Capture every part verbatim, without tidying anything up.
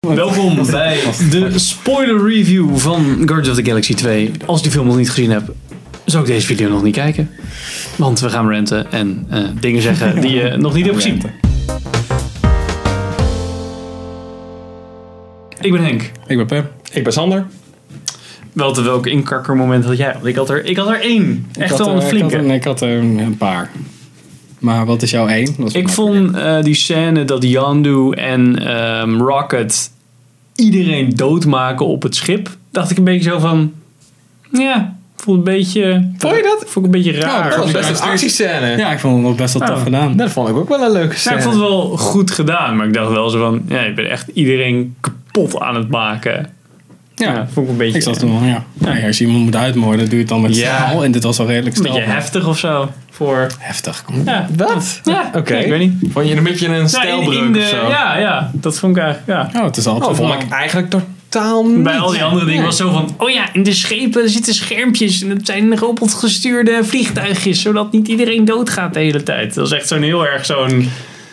Welkom bij de spoiler review van Guardians of the Galaxy twee. Als je die film nog niet gezien hebt, zou ik deze video nog niet kijken. Want we gaan ranten en uh, dingen zeggen die je nog niet hebt gezien. Ik ben Henk. Ik ben Pep. Ik ben Sander. Wel te welk inkakkermoment had jij? Want ik had er, ik had er één. Echt wel een flinke. Ik had, ik had er een paar. Maar wat is jouw één? Ik vond uh, die scène dat Yondu en um, Rocket iedereen doodmaken op het schip. Dacht ik een beetje zo van... Ja, voel een beetje... Vond je dat? Vond ik een beetje raar. Oh, dat was best een actiescène. Ja, ik vond het ook best wel tof oh. gedaan. Dat vond ik ook wel een leuke scène. Ja, ik vond het wel goed gedaan. Maar ik dacht wel zo van... Ja, je bent echt iedereen kapot aan het maken. Ja, ja vond ik een beetje... Ik zat toen wel, ja. ja. Als je iemand moet uitmoorden, doe je het dan met ja. staal. En dit was al redelijk Een snel. beetje heftig of zo. Voor... Heftig. Ja. Wat? Ja, oké. Okay. Ik weet niet. Vond je een beetje een stijlbreuk of zo? Ja, ja. Dat vond ik eigenlijk... Ja. Oh, het is altijd oh, vond ik eigenlijk totaal niet. Bij al die andere dingen was zo van... Oh ja, in de schepen zitten schermpjes. En het zijn robotgestuurde vliegtuigjes. Zodat niet iedereen doodgaat de hele tijd. Dat was echt zo'n heel erg zo'n...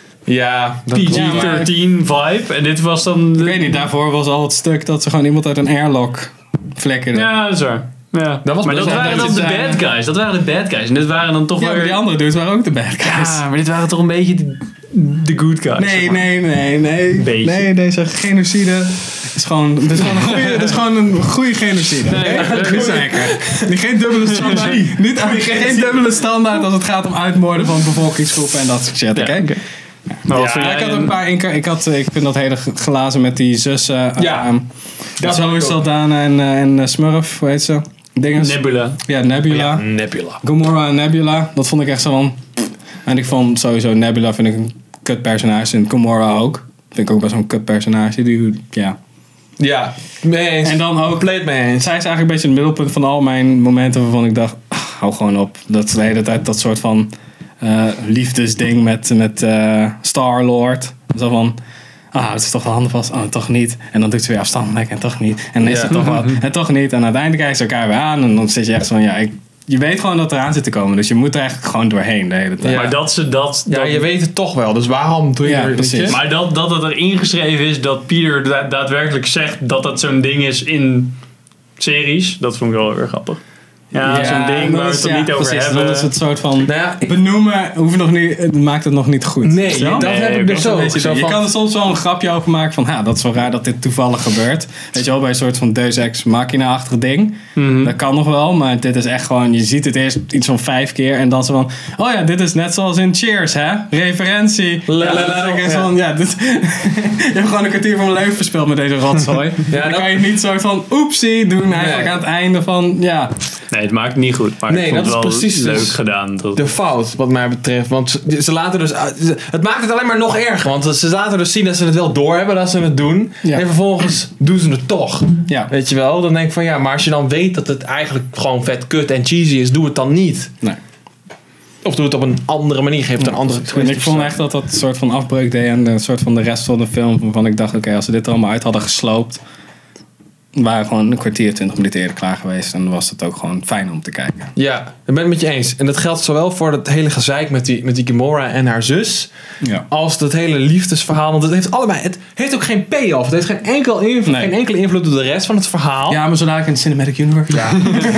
Ja, P G dertien vibe. En dit was dan... Ik weet niet, daarvoor was al het stuk dat ze gewoon iemand uit een airlock vlekken. Ja, dat is waar. Ja. Dat was maar dat waren dan de bad guys. Dat waren de bad guys. En dit waren dan toch ja, weer... maar die andere dudes waren ook de bad guys. Ja, maar dit waren toch een beetje de, de good guys. Nee, zeg maar. nee, nee, nee. Beetje. Nee, deze genocide is gewoon, dit is gewoon een goede, dit is gewoon een goede genocide. Nee, okay? dat is zeker. Die geen dubbele standaard. Niet, geen dubbele standaard als het gaat om uitmoorden van bevolkingsgroepen en dat soort shit. Ja, Okay? okay. Maar ja, ja, ik had een paar inka- ik had ik vind dat hele glazen met die zussen. Ja. Um, dat Zoe Saldana en, uh, en uh, Smurf, hoe heet ze? Dinges. Nebula. Ja, Nebula. Ja, Nebula. Gamora en Nebula. Dat vond ik echt zo van. En ik vond sowieso Nebula vind ik een kut personage en Gamora ook. Vind ik ook best wel een kut personage. Die, ja. Ja, mee eens. En dan ook. Compleet mee eens. Zij is eigenlijk een beetje het middelpunt van al mijn momenten waarvan ik dacht, ach, hou gewoon op. Dat is de hele tijd dat soort van uh, liefdesding met, met uh, Star-Lord. Zo van, ah, het is toch de handen vast. Oh, toch niet. En dan doet ze weer afstandelijk en toch niet. En dan is ja. het toch wat. En toch niet. En uiteindelijk kijken ze elkaar weer aan. En dan zit je echt zo van, ja, ik, je weet gewoon dat er aan zit te komen. Dus je moet er eigenlijk gewoon doorheen de hele tijd. Ja. Maar dat ze dat... Ja, dat, je weet het toch wel. Dus waarom doe je ja, er precies. Maar dat, dat het er ingeschreven is dat Peter da- daadwerkelijk zegt dat dat zo'n ding is in series. Dat vond ik wel heel erg grappig. Ja, ja zo'n ding waar we het er ja, niet over precies, hebben. Dan is het soort van nou ja, ik, benoemen hoeft nog niet, het maakt het nog niet goed. Nee, ja? dat nee, heb ik dus ook. Zo je kan er soms wel een grapje over maken van, ha, dat is wel raar dat dit toevallig gebeurt. Weet je wel, bij een soort van Deus Ex Machina-achtig ding. Mm-hmm. Dat kan nog wel, maar dit is echt gewoon, je ziet het eerst iets van vijf keer en dan zo van, oh ja, dit is net zoals in Cheers, hè? Referentie. La, ja, la, la, dat is ja. van, ja, dit, je hebt gewoon een kwartier van mijn leven verspeeld met deze rotzooi. Ja, dan dat- kan je niet soort van, oepsie, doen eigenlijk Nee. aan het einde van, ja. Nee, het maakt het niet goed. Maar Nee, ik vond dat het is wel precies leuk dus gedaan. Dat... de fout, wat mij betreft. Want ze, ze laten dus... Het maakt het alleen maar nog erger. Want ze laten dus zien dat ze het wel doorhebben dat ze het doen. Ja. En vervolgens doen ze het toch. Ja. Weet je wel? Dan denk ik van ja, maar als je dan weet dat het eigenlijk gewoon vet kut en cheesy is, doe het dan niet. Nee. Of doe het op een andere manier. Geef het een andere twist. En ik vond echt dat dat een soort van afbreuk deed aan de soort van de rest van de film. Waarvan ik dacht, oké, okay, als ze dit er allemaal uit hadden gesloopt, waren gewoon een kwartier, twintig minuten eerder klaar geweest. En dan was het ook gewoon fijn om te kijken. Ja, ik ben het met je eens. En dat geldt zowel voor het hele gezeik met die, met die Gamora en haar zus. Ja. Als dat hele liefdesverhaal. Want het heeft allebei. Het heeft ook geen payoff. Het heeft geen, enkel invloed, Nee. geen enkele invloed op de rest van het verhaal. Ja, maar zodra ik in de Cinematic Universe. Ja.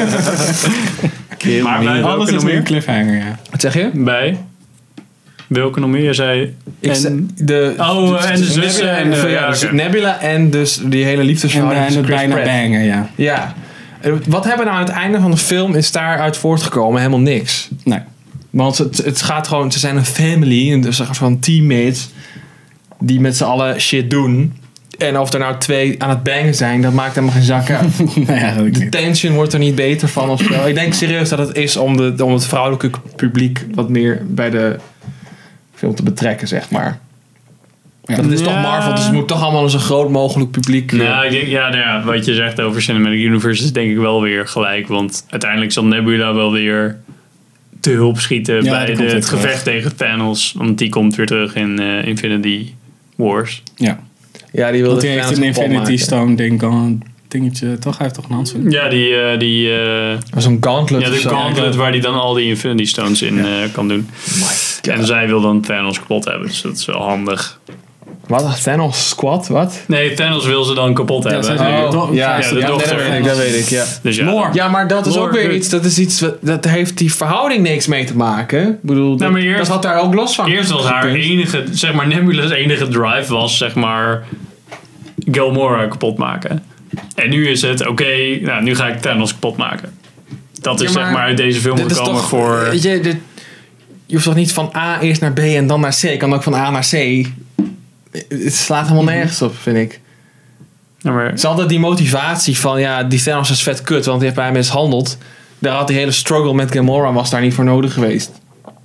Maar bij Alles welke is nog nu een meer? cliffhanger, ja. Wat zeg je? Bij? Welke nog meer? Je zei... Ik en- zei- de, Oh, en de zussen Nebula en de- ja, ja, dus oké. Nebula en dus die hele En, liefdesverhaal. uh, en het Chris bijna Pratt. bangen, ja. Ja. En wat hebben we nou aan het einde van de film is daaruit voortgekomen? Helemaal niks. Nee. Want het, het gaat gewoon, ze zijn een family, een soort van teammates die met z'n allen shit doen. En of er nou twee aan het bangen zijn, dat maakt helemaal geen zak uit. nee, eigenlijk De niet. tension wordt er niet beter van of zo. Ik denk serieus dat het is om, de, om het vrouwelijke publiek wat meer bij de film te betrekken, zeg maar. Ja. Want het is Ja. toch Marvel, dus het moet toch allemaal een zo groot mogelijk publiek. Nou, ik denk, ja, nou ja, wat je zegt over Cinematic Universe is denk ik wel weer gelijk. Want uiteindelijk zal Nebula wel weer te hulp schieten Ja, bij die de, komt het weer gevecht tegen Thanos. Want die komt weer terug in uh, Infinity Wars. Ja. Ja, die wilde Want die heeft een Infinity Stone ding, dan- dingetje, toch? Hij heeft toch een handschoen? Ja, die... Uh, die uh, Zo'n gauntlet. ja, of de zo. gauntlet waar die dan al die Infinity Stones in uh, kan doen. En zij wil dan Thanos kapot hebben. Dus dat is wel handig. Wat? Thanos squad? Wat? Nee, Thanos wil ze dan kapot hebben. zij- Nu. Oh, ja, ja, de ja, dochter. dat weet ik, dat weet ik, ja. Dus ja, Lore. dat- Ja, maar dat is Lore, ook weer goed. iets, dat is iets, wat- dat heeft die verhouding niks mee te maken. Ik bedoel, dat, Nou, maar eerst- dat had daar ook los van. Eerst was haar gekund. enige, zeg maar, Nebula's enige drive was, zeg maar, Gamora kapot maken. En nu is het, oké, nou, nu ga ik Thanos kapot maken. Dat is, Ja, maar zeg maar, uit deze film Dit is gekomen toch, voor... weet je, dit, je hoeft toch niet van A eerst naar B en dan naar C. Je kan ook van A naar C. Het slaat helemaal nergens op, vind ik. Ja, maar, Het is altijd die motivatie van, ja, die Thanos is vet kut, want die heeft mij mishandeld. Daar had die hele struggle met Gamora was daar niet voor nodig geweest.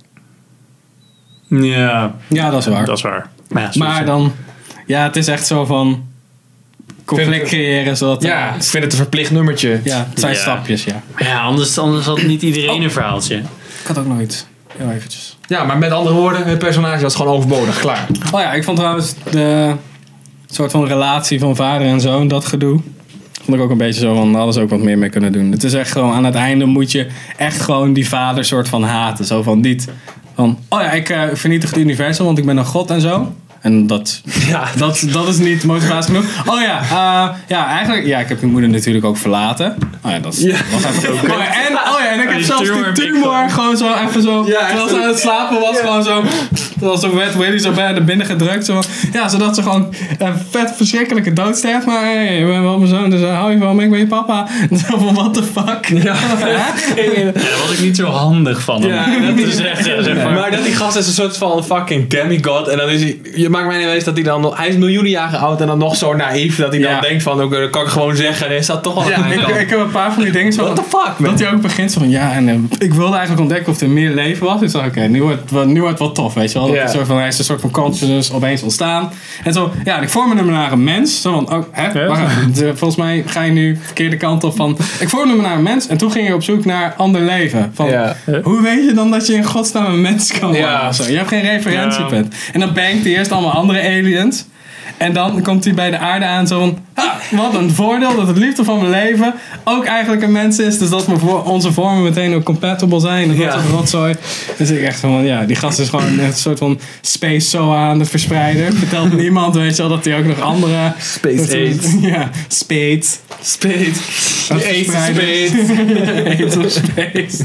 ja, Ja, dat is waar. dat is waar. Maar, ja, zo is Maar het. dan... Ja, het is echt zo van... conflict Vind- creëren, zodat... Ja, ik vind het een verplicht nummertje. Ja, het zijn Ja. stapjes, ja. Maar ja, anders, anders had niet iedereen Oh. een verhaaltje. Ik had ook nog iets. Heel eventjes. Ja, maar met andere woorden, het personage was gewoon overbodig, klaar. Oh ja, ik vond trouwens de soort van relatie van vader en zoon, dat gedoe. Vond ik ook een beetje zo van, daar hadden ze ook wat meer mee kunnen doen. Het is echt gewoon, aan het einde moet je echt gewoon die vader soort van haten. Zo van, niet van, oh ja, ik uh, vernietig het universum, want ik ben een god en zo. En dat, Ja. dat, dat is niet motivatie genoeg. Oh ja, uh, ja, eigenlijk, ja, ik heb je moeder natuurlijk ook verlaten. Oh ja, dat is, Ja. was even oh ja, en, oh ja, en ik heb Die zelfs tumor die heb ik tumor gewoon. gewoon zo even zo, Ja, terwijl echt. ze aan het slapen was, gewoon zo, terwijl zo Wet Willy zo bij naar binnen gedrukt. Zo, ja, zodat ze gewoon een vet verschrikkelijke dood sterft. Maar hey, ik ben wel mijn zoon, dus uh, hou je van me, ik ben je papa. Zo van, what the fuck? Ja. Ja, daar was ik niet zo handig van om Ja. dat te zeggen. Zeg maar. Maar dat die gast is een soort van fucking demigod. En dan is hij, je maakt mij niet wijs dat hij dan nog, hij is miljoenen jaren oud en dan nog zo naïef dat hij dan Ja. denkt van, oké, dat kan ik gewoon zeggen. En is dat toch wel Ja, aan de ik, kant. ik heb een paar van die dingen zo. What the fuck, man? Dat hij ook begint zo van, ja, en uh, ik wilde eigenlijk ontdekken of er meer leven was. Ik dacht, oké, nu wordt het wel- nu wordt het wel tof, weet je wel. Dat Ja. een soort van, hij is een soort van consciousness opeens ontstaan. En zo, ja, en ik vormde hem naar een mens. Zo van, oh, hè, Ja. wacht even. De- volgens mij ga je nu de verkeerde kant op van, ik vormde hem naar een mens en toen ging je op zoek naar ander leven. Van, Ja. hoe weet je dan dat je in godsnaam een mens kan worden? Ja. of zo? Je hebt geen referentiepunt. En dan bankt hij eerst allemaal andere aliens. En dan komt hij bij de aarde aan zo van, ah, wat een voordeel dat het liefde van mijn leven ook eigenlijk een mens is. Dus dat we voor onze vormen meteen ook compatible zijn. En dat Ja. soort rotzooi. Dus ik echt van, ja, die gast is gewoon een soort van space SOA aan het verspreiden. Vertelt niemand, weet je wel, dat hij ook nog andere... Space AIDS. Ja, spades. Spade. Dat De AIDS verspreiden. spade. AIDS of space.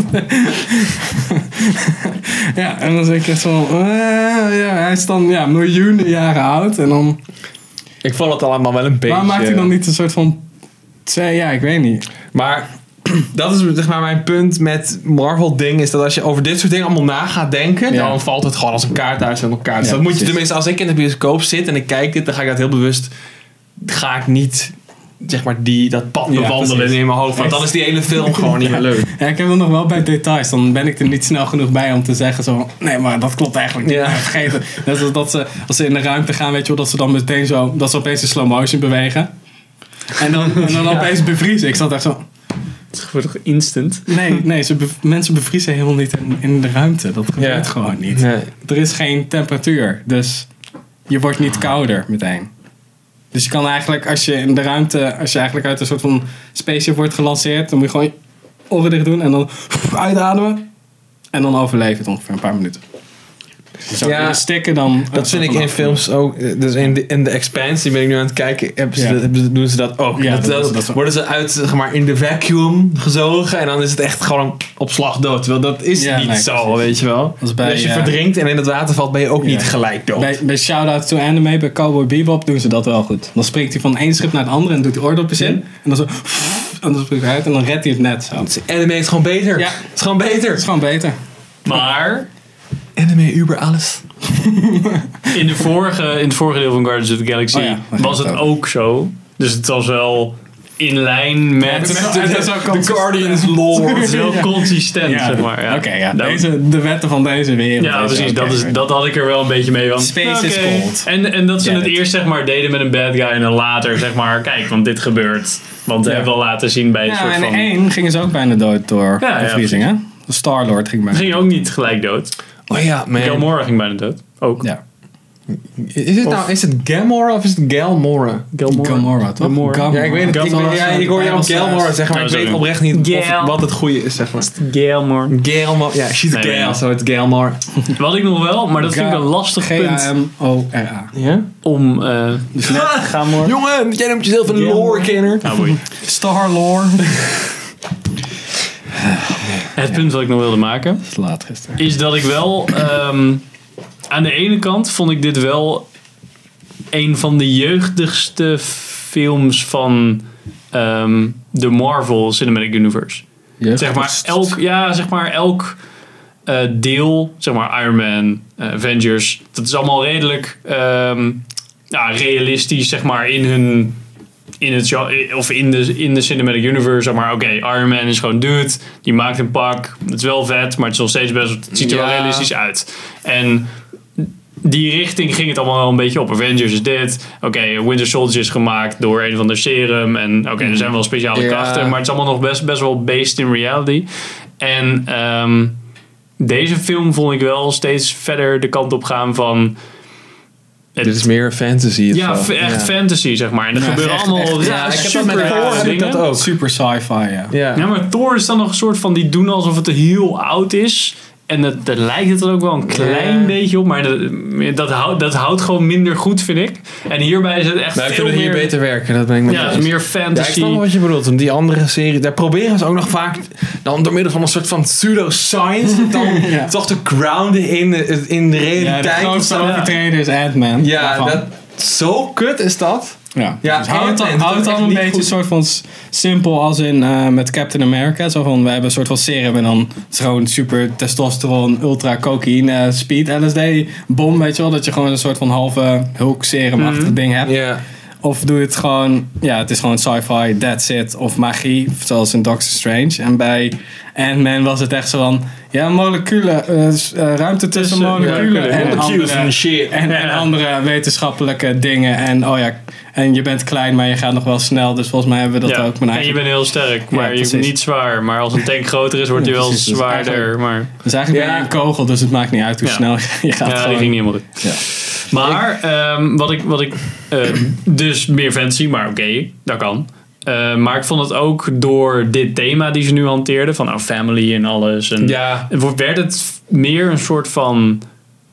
Ja, en dan zeg ik echt zo van, eh, ja, hij is dan ja, miljoenen jaren oud. En dan... Ik vond het allemaal wel een beetje. Waarom maakt hij dan niet een soort van twee? Ja, ik weet niet. Maar dat is zeg maar mijn punt met Marvel ding. Is dat als je over dit soort dingen allemaal na gaat denken. Ja. Dan valt het gewoon als een kaarthuis aan elkaar. Dus Ja, dat moet je precies. tenminste, als ik in de bioscoop zit en ik kijk dit. Dan ga ik dat heel bewust. Ga ik niet zeg maar die, dat pad Ja, bewandelen precies. in mijn hoofd. Want dan is die hele film gewoon niet meer leuk. Ja, ik heb er nog wel bij details. Dan ben ik er niet snel genoeg bij om te zeggen zo van, nee, maar dat klopt eigenlijk niet. Ja. Ja. Vergeten. Net zoals dat ze, als ze in de ruimte gaan, weet je wel, dat ze dan meteen zo, dat ze opeens in slow motion bewegen. En dan, en dan opeens bevriezen. Ik zat echt zo, Het gebeurt toch instant? nee, nee, ze bev- mensen bevriezen helemaal niet in, in de ruimte. Dat gebeurt Ja. gewoon niet. Nee. Er is geen temperatuur, dus je wordt niet kouder meteen. Dus je kan eigenlijk, als je in de ruimte, als je eigenlijk uit een soort van spaceship wordt gelanceerd, dan moet je gewoon je oren dicht doen en dan uitademen. En dan overleef je het ongeveer een paar minuten. Dus zo Ja, ja, stikken dan. Dat vind ik in films ook. Dus in de, in de Expanse, die ben ik nu aan het kijken, hebben ze Ja. dat- hebben ze- doen ze dat ook. Ja, dat, dat- dat- dat- worden ze uit, zeg maar, in de vacuüm gezogen en dan is het echt gewoon op slag dood. Terwijl dat is Ja, niet nee, zo, precies. weet je wel. Dat is bij, Dus als je eh, verdrinkt en in het water valt, ben je ook Ja. niet gelijk dood. Bij, bij Shout-Out to Anime, bij Cowboy Bebop doen ze dat wel goed. Dan springt hij van één schip naar het andere en doet hij oordopjes in. En dan zo, en dan springt hij uit en dan redt hij het net zo. Het Anime is gewoon beter. Ja. Het is gewoon beter. is gewoon beter. Maar Anime uber alles. in, de vorige, in het vorige deel van Guardians of the Galaxy Oh ja, daar was gaat het het ook zo. Dus het was wel in lijn met... het is wel- De, het is wel de consistent. Guardians lore. Het is wel consistent, Ja. zeg maar. Ja. Oké, ja. Dat- Deze, de wetten van deze wereld. Ja, Deze, precies. oké, Dat, is, oké. dat had ik er wel een beetje mee van. Space is Oké. cold. En, en dat ze Get het it. eerst zeg maar deden met een bad guy en dan later zeg maar, kijk, want dit gebeurt. Want we Ja. hebben wel laten zien bij een Ja, soort en van... één gingen ze ook bijna dood door Ja, ja, bevriezing, hè? Star-Lord ging bijna. Ging ook niet gelijk dood. Oh ja, man. Gamora ging bijna dood. Ook. Ja. Is het nou, is het Gamora of is het Galmora? Gamora. Gamora, toch? Gamora. Gamora. Ja, ik weet het. Ik, Gamora. weet- ja, ik hoor jou Galmora zeggen, maar Ja, ik weet sorry. oprecht niet Gal. of, wat het goede is, zeg maar. Gamora. Galmora. Ja, she's a Nee, gal, nee. so it's Galmora. Wat ik nog wel, maar dat vind ik een lastig G punt A M O R A. Ja? om... eh Dus net Gamora. Jongen, jij noemt jezelf een Galmora. lore-kenner. Nou, boei. Star-Lore. Het punt wat ik nog wilde maken... Dat is laat gisteren. is dat ik wel... ehm, aan de ene kant vond ik dit wel... een van de jeugdigste films van... ehm, de Marvel Cinematic Universe. Zeg maar elk, ja, zeg maar elk eh, deel, zeg maar Iron Man, eh, Avengers, dat is allemaal redelijk ehm, ja, realistisch, zeg maar in hun, in het genre- of in de, in de Cinematic Universe, zeg maar. Oké, Iron Man is gewoon dude, die maakt een pak, het is wel vet, maar het is nog steeds best, het ziet er wel Ja. realistisch uit. En die richting ging het allemaal wel een beetje op. Avengers is dit. Oké, Winter Soldier is gemaakt door een van de serum. En oké, er zijn wel speciale Ja. krachten. Maar het is allemaal nog best, best wel based in reality. En ehm, deze film vond ik wel steeds verder de kant op gaan van... Het, Dit is meer fantasy. of ja, zo. f- echt Ja. fantasy, zeg maar. En er Ja, gebeuren echt, allemaal echt. ra- Ja, ik heb super dat met rare Thor, heb ik dingen. dat ook. Super sci-fi, ja. Ja. Ja, maar Thor is dan nog een soort van... Die doen alsof het heel oud is. En dat, daar lijkt het dan ook wel een klein Ja. beetje op. Maar dat, dat, houdt, dat houdt gewoon minder goed, vind ik. En hierbij is het echt Nou, ik veel vind het hier meer... beter werken. Dat ben ik met Ja, je het is eens. meer Ja, ik fantasy. snap wel wat je bedoelt. Want die andere serie, daar proberen ze ook nog vaak dan door middel van een soort van pseudo-science dan Ja. toch te grounden in de, in de Ja, realiteit. de grootste Ja. overtreder is Ant-Man. Ja, daarvan. dat, zo kut is dat. Ja, Ja, dus hou het dan, Ant-Man, hou het dat is dan echt een niet beetje goed. een soort van s- simpel als in eh, met Captain America. Zo van, we hebben een soort van serum en dan het is gewoon super testosteron, ultra cocaïne, speed, L S D bom, weet je wel. Dat je gewoon een soort van halve Hulk serum-achtig Mhm. ding hebt. Ja. Of doe je het gewoon, ja, het is gewoon sci-fi, that's it. Of magie, zoals in Doctor Strange. En bij Ant-Man was het echt zo van, ja, moleculen, eh, s- eh, ruimte tussen Tussen- moleculen. ja, en, Molecules andere, and shit. en, en Ja. andere wetenschappelijke dingen. En oh ja, en je bent klein, maar je gaat nog wel snel. Dus volgens mij hebben we dat Ja. ook. Mijn En je eigen... bent heel sterk, maar je precies. bent niet zwaar. Maar als een tank groter is, wordt Ja, hij wel precies. Dus zwaarder. eigenlijk- Maar Dus eigenlijk ben Ja. je een kogel, dus het maakt niet uit hoe Ja. snel je gaat. ja, gewoon. die ging niet helemaal goed. Ja. Maar ehm, wat ik, wat ik eh, dus meer fancy, maar oké, dat kan. Eh, maar ik vond het ook door dit thema die ze nu hanteerden, van nou, family en alles. En Ja. het wordt- werd het meer een soort van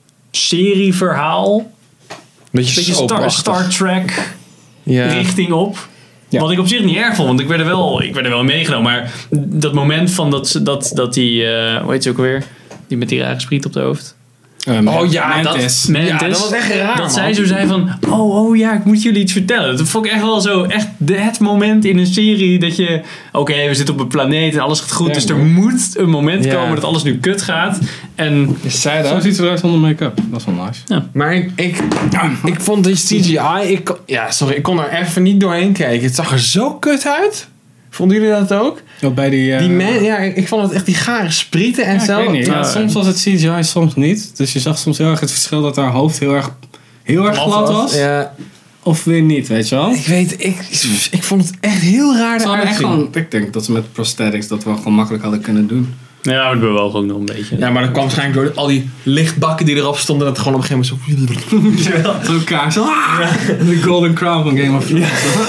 serieverhaal. Beetje, Beetje Star, soapachtig. Star Trek Ja. richting op. Ja. Wat ik op zich niet erg vond, want ik werd er wel, ik werd er wel in meegenomen. Maar dat moment van dat, ze- dat, dat die, eh hoe heet ze ook alweer? Die met die rare spriet op het hoofd. Eh, Oh ja, dat- Mantis. Mantis. Ja, dat was echt raar, Dat man. zij zo zei van, oh, oh ja, ik moet jullie iets vertellen. Dat vond ik echt wel zo, echt de- het moment in een serie dat je, oké, we zitten op een planeet en alles gaat goed. Ja, dus er man. moet een moment Ja. komen dat alles nu kut gaat. En Is zij Zo dat? ziet ze eruit zonder make-up. Dat is wel nice. Maar ik, ik, ik vond die C G I... Ik, kon- ja, sorry, ik kon er even niet doorheen kijken. Het zag er zo kut uit. Vonden jullie dat ook? Ook bij die... eh, Die man, ja, ik ik vond het echt die gare sprieten en ja, ik zo. weet niet. Ja, Ja. soms was het C G I, soms niet. Dus je zag soms heel erg het verschil dat haar hoofd heel erg, heel erg glad was. Ja, Of weer niet, weet je wel. ik weet, ik, ik vond het echt heel raar Ze hadden eruit echt zien. gewoon, ik denk dat ze met prosthetics dat wel gewoon makkelijk hadden kunnen doen. ja, het bewoog ook nog een beetje. Ja, maar dat kwam waarschijnlijk door al die lichtbakken die erop stonden. Dat het gewoon op een gegeven moment zo... Zo'n kaars. De Golden Crown van Game of Thrones.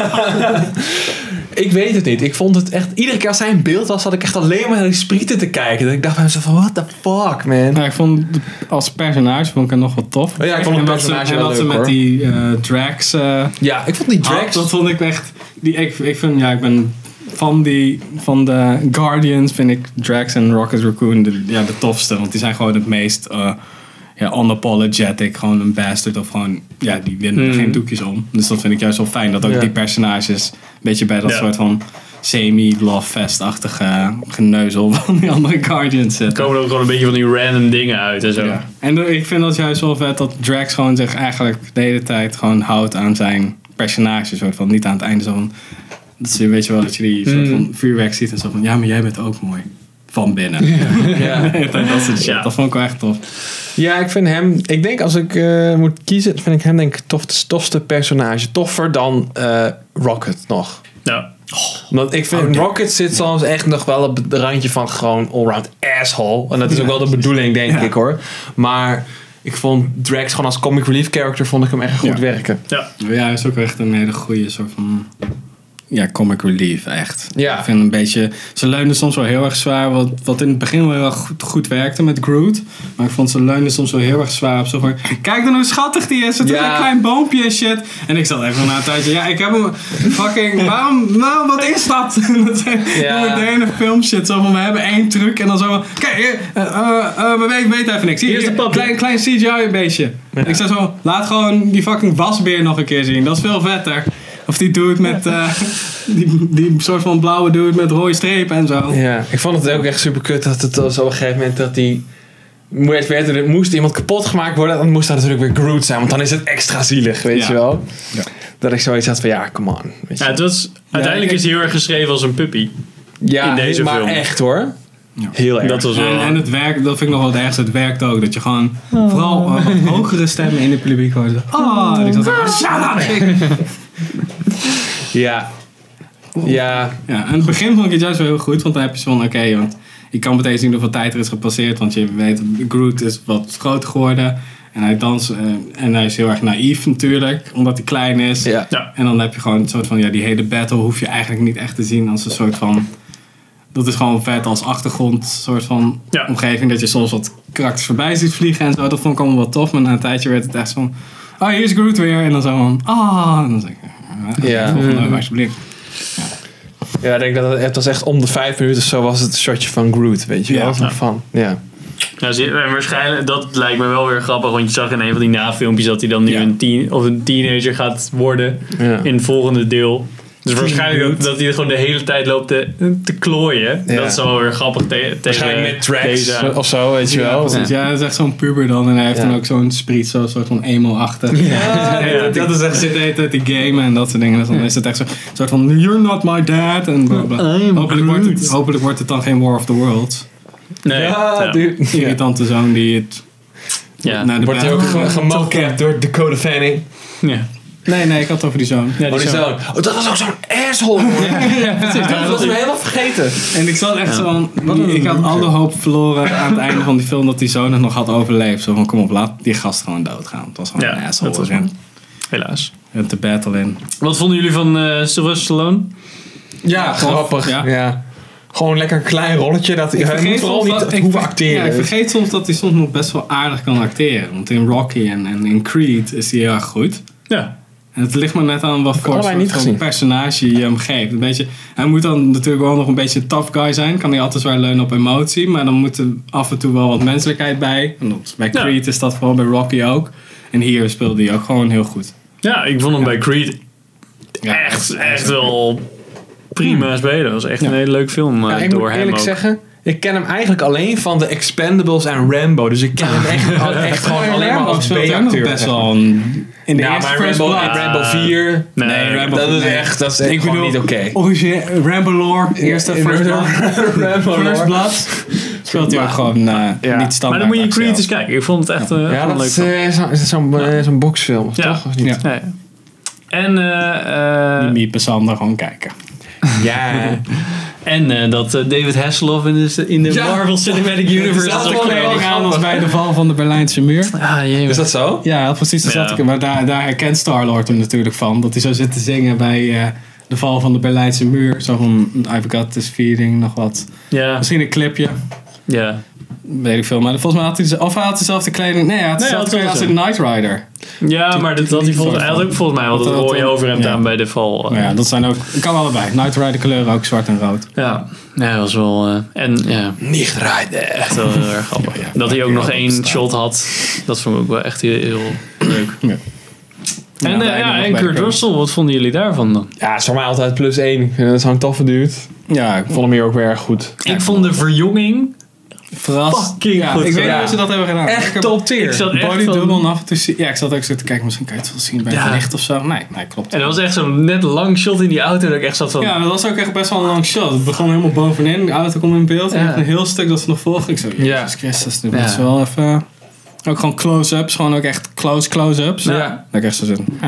Ik weet het niet. Ik vond het echt... Iedere keer als hij in beeld was, had ik echt alleen maar naar die sprieten te kijken. Dat ik dacht bij mezelf van, what the fuck, man. Nou, ik vond het als personage vond ik het nog wel tof. Oh ja, ik vond het En dat ze- personage en wel dat leuk, ze met hoor. die eh, drags... eh, Ja, ik vond die Ah, drags... dat vond ik echt. Die, ik, ik vind, ja, ik ben van die van de Guardians vind ik Drax en Rocket Raccoon de, ja, de tofste, want die zijn gewoon het meest uh, ja, unapologetic, gewoon een bastard of gewoon ja, die winnen er Mm. geen doekjes om. Dus dat vind ik juist wel fijn dat ook Ja. die personages een beetje bij dat Ja. soort van semi-love fest-achtige geneuzel van die andere Guardians Er zitten. komen er ook gewoon een beetje van die random dingen uit en zo. Ja. En de- ik vind dat juist wel vet dat Drax gewoon zich eigenlijk de hele tijd gewoon houdt aan zijn personage. Soort van niet aan het einde zo van. Dat je, weet je wel, dat je die soort Mm. van vuurwerk ziet en zo van ja, maar jij bent ook mooi. Van binnen. Ja. dat soort shit. Ja. Dat vond ik wel echt tof. Ja, ik vind hem... Ik denk als ik eh, moet kiezen, vind ik hem denk ik tof, het tofste personage. Toffer dan eh, Rocket nog. Ja. Omdat ik vind Rocket zit soms echt nog wel op het randje van gewoon allround asshole. En dat is ook wel de bedoeling, denk ik hoor. Maar ik vond Drax gewoon als comic relief character vond ik hem echt goed Ja. werken. Ja. Ja, hij is ook echt een hele goede soort van... Ja, comic relief, echt. Ja. Ik vind een beetje... Ze leunen soms wel heel erg zwaar, wat, wat in het begin wel heel erg goed, goed werkte met Groot. Maar ik vond ze leunen soms wel heel erg zwaar op zo van... Kijk dan hoe schattig die is, het is Ja. een klein boompje en shit. En ik zat even na een tijdje... Ja, ik heb hem fucking... Waarom, waarom, wat is dat? Dat zijn Ja. de hele filmshit. Zo van, we hebben één truc en dan zo van... Kijk, uh, uh, uh, we weten, weten even niks. Hier, Hier is de hier, pap. klein, klein C G I-beestje. Ik zei zo, laat gewoon die fucking wasbeer nog een keer zien. Dat is veel vetter. Of die dude met... Uh, die, die soort van blauwe dude met rode strepen en zo. Ja, ik vond het ook echt super kut dat het was op een gegeven moment dat die... werd, werd er moest iemand kapot gemaakt worden, dan moest dat natuurlijk weer Groot zijn, want dan is het extra zielig, weet Ja. je wel. Ja. Dat ik zoiets had van, ja, come on. Weet je. Ja, het was, uiteindelijk ik- is hij heel erg geschreven als een puppy. ja, in deze maar film. echt hoor. Ja. Heel erg. Dat was wel... En, en het werkt, dat vind ik nog wel het ergste. Het werkt ook. Dat je gewoon vooral uh, wat hogere stemmen in het publiek hoort. Ah, en ik zat er, shut up! Ja. Ja. Ja, en het begin vond ik het juist wel heel goed. Want dan heb je zo van, oké, want je kan meteen zien hoeveel tijd er is gepasseerd. Want je weet, Groot is wat groter geworden. En hij danst. Uh, en hij is heel erg naïef natuurlijk. Omdat hij klein is. Ja. Ja. En dan heb je gewoon een soort van, ja, die hele battle hoef je eigenlijk niet echt te zien als een soort van... Dat is gewoon vet als achtergrond, soort van Ja. omgeving. Dat je soms wat karakters voorbij ziet vliegen en zo. Dat vond ik allemaal wel tof. Maar na een tijdje werd het echt van... Oh, hier is Groot weer. En dan zo van... Ah, en dan zeg ik... Ja. Ja, volgende, alsjeblieft. Ja, ik denk dat het, het was echt om de vijf minuten zo was het shotje van Groot, weet je wel. Ja. Zo van, ja. Ja, zie je, en waarschijnlijk, dat lijkt me wel weer grappig, want je zag in een van die nafilmpjes dat hij dan nu Ja. een, teen, of een teenager gaat worden Ja. in het volgende deel. Dus waarschijnlijk dat, dat hij gewoon de hele tijd loopt te, te klooien. Ja. Dat is wel weer grappig te, tegen Waarschijnlijk met tracks deze. of zo, weet je Ja, wel. precies. Ja, dat is echt zo'n puber dan. En hij heeft Ja. dan ook zo'n spriet, zo'n soort van emo-achtig. Ja, ja, dat is echt zit de hele tijd te gamen en dat soort dingen. Dus dan is het echt zo soort van, you're not my dad. En bla bla. I'm Hopelijk wordt, het, Groot. hopelijk wordt het dan geen War of the Worlds. Nee, Ja, ja. dude. Ja. Irritante zoon die het... Ja. naar de Wordt hij ook battle- ge- gemocapt door Dakota Fanning? Ja. Nee, nee, ik had het over die zoon. Ja, Oh, die die zo. zoon. Oh, dat was ook zo'n asshole. Ja, precies. Dat was me helemaal vergeten. En ik zat echt Ja. zo Wat van... een Ik had loser. alle hoop verloren aan het einde van die film dat die zoon het nog had overleefd. Zo van, kom op, laat die gast gewoon doodgaan. Het was gewoon Ja, een asshole. dat was en, Helaas. en te battle in. Wat vonden jullie van uh, Sylvester Stallone? Ja, tof. grappig. Ja. Ja. Gewoon lekker een klein rolletje. Dat, Ik hij moet vergeet, vooral soms niet dat, ik, hoeven ver- acteren. ja, ik vergeet soms dat hij soms nog best wel aardig kan acteren. Want in Rocky en, en in Creed is hij heel erg goed. Ja. En het ligt maar net aan wat voor allebei soort niet van gezien. personage je hem geeft. Een beetje, hij moet dan natuurlijk wel nog een beetje een tough guy zijn. Kan hij altijd zwaar leunen op emotie. Maar dan moet er af en toe wel wat menselijkheid bij. En dat, bij Ja. Creed is dat vooral, bij Rocky ook. En hier speelde hij ook gewoon heel goed. Ja, ik vond hem bij Creed Ja, echt, echt wel prima spelen. Dat was echt een hele leuke film uh, Ja, ik door moet hem eerlijk ook. zeggen, ik ken hem eigenlijk alleen van de Expendables en Rambo. Dus ik ken hem echt, al- echt gewoon alleen maar als speelt hij ook nog B-acteur. best wel een, in de Ja, eerste maar First Rambo, Blood. Rambo vier, Nee, Nee, Rambo dat is nee. echt, dat is echt Ik gewoon bedoel, niet oké. Origineel, Rambo lore, eerste in First Rambo- Blood. Rambo First lore. Blood speelt hij ook gewoon uh, Ja. niet Maar standaard. dan moet je actie Creed ook. eens kijken. Ik vond het echt uh, Ja, gewoon dat leuk. is film. eh, zo- is zo'n eh, zo'n boxfilm, Ja. toch? Of niet? Ja. Ja, ja. En, eh, eh, Die Miepe Sander gewoon kijken. Ja. en eh, dat eh, David Hasselhoff in de, in de Ja. Marvel Cinematic Universe Dat is had wel gekleed. heel aan als bij de val van de Berlijnse muur. Ah, jee, Is dat zo? Ja, precies. Dat Ja. zat ik. Maar daar, daar herkent Star-Lord hem natuurlijk van. Dat hij zo zit te zingen bij eh, de val van de Berlijnse muur. Zo van, I've got this feeling, nog wat. Ja, Misschien een clipje. ja. Weet ik veel. Maar volgens mij had hij, de- of hij had dezelfde kleding. Nee, hij had Nee, dezelfde hij had kleding als in wel Knight Rider. Ja, maar dat had hij, volgens, hij had ook volgens mij wel Dat dat had rode een- overhemd ja. aan bij de val. Maar ja, dat zijn ook... kan allebei. Knight Rider kleuren ook zwart en rood. Ja, ja, dat was wel... eh, en ja, Niet rijden. echt wel heel erg grappig. Ja, ja. Dat hij ook Ja, nog dat één bestaat. shot had, dat vond ik ook wel echt heel, heel leuk. Ja. En, Ja, eh, het ja, einde en nog Kurt bij Russell, wat vonden jullie daarvan dan? Ja, het is voor mij altijd plus één. Ik vind dat zo'n toffe dude. Ja, ik Ik vond hem hier ook weer erg goed. Ik vond de verjonging verrast. fucking ja, goed ik weet niet gedaan. hoe ze dat hebben gedaan. Ik Echt heb top tier. Ik zat echt Body van- double en af en toe zie- ja, ik zat ook zo te kijken. Misschien kan je het wel zien bij Ja. het licht of zo. Nee, nee, klopt. En dat was echt zo'n net lang shot in die auto dat ik echt zat van... Ja, dat was ook echt best wel een lang shot. Het begon helemaal bovenin. De auto komt in beeld. En Ja. echt een heel stuk dat ze nog volgen. Ik zo, Jezus Ja. Christus. Dit Ja. is wel even... Ook gewoon close-ups. Gewoon ook echt close close-ups. Ja. Dat ik echt zo zit. Ja.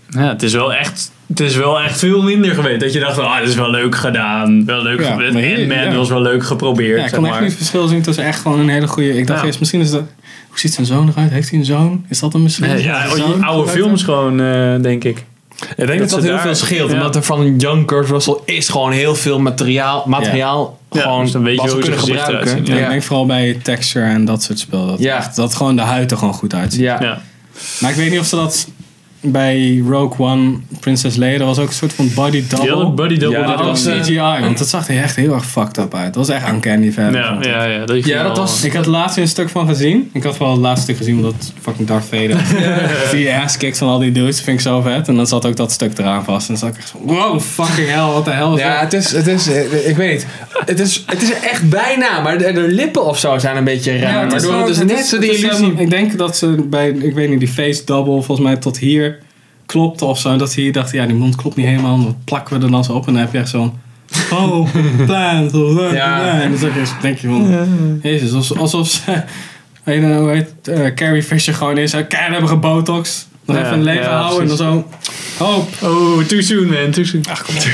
Ja, het is wel echt... Het is wel echt veel minder geweest. Dat je dacht van, ah, dit is wel leuk gedaan. Wel leuk Ja, gebeurd. maar hier- Ant-Man ja. was wel leuk geprobeerd. Ja, ik zeg kon echt maar. niet het verschil zien tussen echt gewoon een hele goede... Ik dacht Ja. eerst, misschien is dat... Hoe ziet zijn zoon eruit? Heeft hij een zoon? Is dat een misschien? Nee, ja, Een die zoon? oude films gewoon, uh, denk ik. Ik denk dat dat ze heel daar- veel scheelt. ja. Omdat er van Young Kurt Russell is gewoon heel veel materiaal, materiaal Ja, gewoon dus dan weet je wat ze hoe zijn kunnen gezicht gebruiken. eruit ziet, Ja, Ja. ik denk vooral bij texture en dat soort spel. Dat, Ja. echt- dat gewoon de huid er gewoon goed uitziet. Ja. Ja. Maar ik weet niet of ze dat bij Rogue One, Princess Leia, dat was ook een soort van body double. Die hadden buddy double. Ja, die dat Maar ook was, dan- eh, C G I, want dat zag er echt heel erg fucked up uit. Dat was echt uncanny valley. ja, vond ik. ja, ja, dat, Ja, dat was- Ik had laatst een stuk van gezien. Ik had wel het laatste stuk gezien omdat fucking Darth Vader. Die ass kicks van al die dudes vind ik zo vet. En dan zat ook dat stuk eraan vast. En dan zat ik echt van, wow, fucking hell, wat de hel is Ja, dat? het is, het is, eh, ik weet niet. Het is, het is echt bijna, maar de, de lippen of zo zijn een beetje raar. het is waardoor wel- het is het net is- zo die het is, illusie. um, Ik denk dat ze bij, ik weet niet, die face double volgens mij tot hier klopte of zo. Dat ze hier dachten, ja, die mond klopt niet helemaal. Dan plakken we er dan zo op en dan heb je echt zo'n oh, plant. Of, Ja. En dan zeg je- denk je van, jezus, alsof, alsof ze, weet je, nou, hoe heet, uh, Carrie Fisher gewoon is, uh, keihard hebben gebotox. Nog Ja, even een leven ja, houden en dan zo, hoop. Oh, too soon, man. Too soon. Ach, kom op.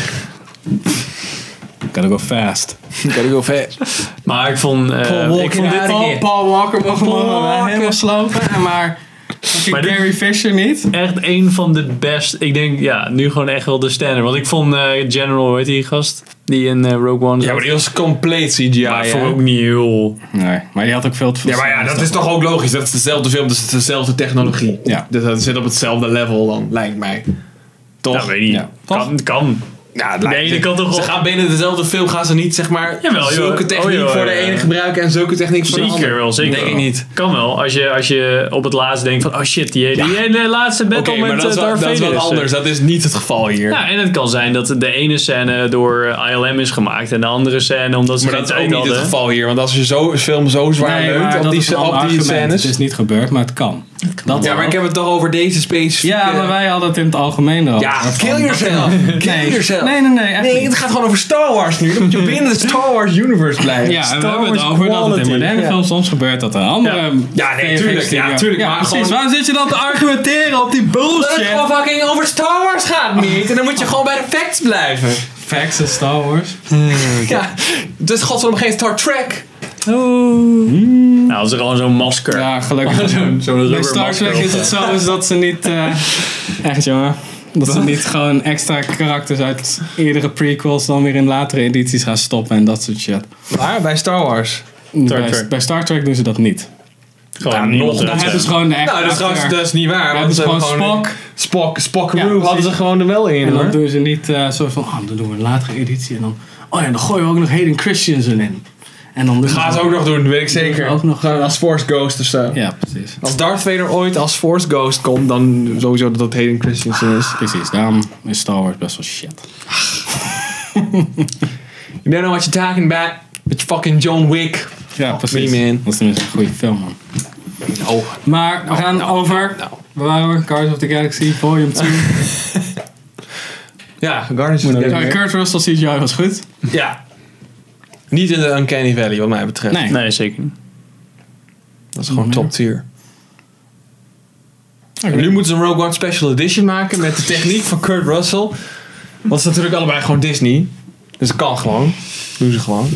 Gotta go fast. Gotta go fast. Maar ik vond... eh, Paul Walker ik vond dit... uit. Paul, Paul Walker mogen we Paul wel Walker. helemaal slopen. Maar, Maar dit- Carrie Fisher niet. Echt een van de best. Ik denk, ja, nu gewoon echt wel de standaard. Want ik vond eh, General, hoe heet die gast? Die in eh, Rogue One zat. Ja, maar die was compleet C G I. Maar ik hè? vond ook niet heel... Nee, maar die had ook veel te veel. Ja, maar ja, dat is toch ook logisch. Dat is dezelfde film, dus het is dezelfde technologie. Ja. Dus dat zit op hetzelfde level dan, lijkt mij. Toch? Ja, weet ik niet. Ja. Kan, kan. Ja, het De lijkt- ene kan toch Ze wel- gaan binnen dezelfde film gaan ze niet, zeg maar, Jawel, zulke joh. techniek Oh, joh, voor de ja. ene gebruiken en zulke techniek voor de andere. Zeker wel, zeker Denk ik wel. niet. Kan wel. Als je, als je op het laatste denkt van, oh shit, die, die hele laatste Oké, battle maar met dat is eh, wel, Darth dat is wel Vader is, eh. anders. Dat is niet het geval hier. Ja, en het kan zijn dat de ene scène door eh, I L M is gemaakt en de andere scène omdat ze maar geen dat is ook tijd niet het hadden. geval hier. Want als je zo, een film zo zwaar Nee, leunt maar op dat die, is een op ander die argument. scènes. Het is niet gebeurd, maar het kan. Dat Ja, wel. maar ik heb het toch over deze specifieke... Ja, maar wij hadden het in het algemeen erover. Ja, Van- kill yourself. Kill Nee. yourself. Nee, nee, nee. Echt Nee, niet. het gaat gewoon over Star Wars nu. Dan moet je binnen het Star Wars universe blijven. Ja, en we Star hebben het Wars over dat het in quality. moderne Ja. films soms gebeurt dat er andere... Ja. Ja, nee, V F X tuurlijk. Ja, dingen- tuurlijk. Ja, maar precies. gewoon... Waarom zit je dan te argumenteren op die Dat het bullshit? gewoon fucking over Star Wars gaat niet. En dan moet je gewoon bij de facts blijven. Facts en Star Wars. Ja, het is godverdomme geen Star Trek. Nou, dat is gewoon zo'n masker. Ja, gelukkig. Zo'n zo'n Bij rubber Star masker Trek is op. het zo is dat ze niet... eh, echt jongen. Dat ze niet gewoon extra karakters uit eerdere prequels dan weer in latere edities gaan stoppen en dat soort shit. Waar? Bij Star Wars. Bij, Trek. bij Star Trek doen ze dat niet. Gewoon Ja, niemand nog. eruit Dan hebben ze zetten. gewoon de echte Nou, dat is, trouwens, acteur. dat is niet waar. Dan Want hebben ze ze gewoon hebben Spock. Spock, Spock Ja, Roo hadden precies. ze gewoon er wel in, En dan hoor. doen ze niet eh, zo van, oh, dan doen we een latere editie. En dan, oh ja, dan gooien we ook nog Hayden Christensen in. En dan doen Gaan ze ook nog doen, weet ik zeker. Ook nog, Gewoon eh, als Force Ghost of zo. Ja, precies. Als Darth Vader ooit als Force Ghost komt, dan sowieso dat het Hayden Christensen is. Precies, daarom is Star Wars best wel shit. You don't know what you're talking about. Met je fucking John Wick. Ja, precies. me, man. Dat is tenminste een goede film, man. Oh. Maar we gaan over, waar waren we? Guardians of the Galaxy, Volume twee. Ja, Guardians of the Ja, Galaxy. Kurt Russell C G I was goed. Ja. Niet in de Uncanny Valley, wat mij betreft. Nee. Nee, zeker niet. Dat is gewoon Nee. top tier. Oké. En nu moeten ze een Rogue One Special Edition maken met de techniek van Kurt Russell. Want het is natuurlijk allebei gewoon Disney. Dus dat kan gewoon. Doen ze gewoon.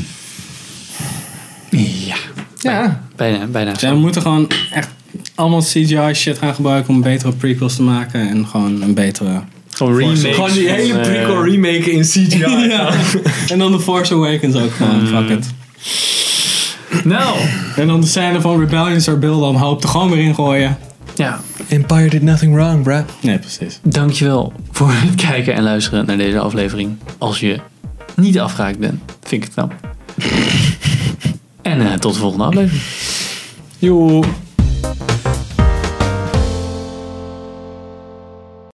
Ja. Ja. Bijna, bijna. Zij moeten gewoon echt allemaal C G I shit gaan gebruiken om betere prequels te maken. En gewoon een betere... Gewoon remakes. Gewoon die hele van, eh, prequel remake in C G I. Ja. En dan The Force Awakens ook gewoon, fuck it. Nou. En dan de scène van Rebellion Sir Bill dan hoop er gewoon weer in gooien. Ja. Empire did nothing wrong, bruh. Nee, precies. Dankjewel voor het kijken en luisteren naar deze aflevering. Als je niet afgehaakt bent, vind ik het knap. En uh, tot de volgende aflevering. Joe.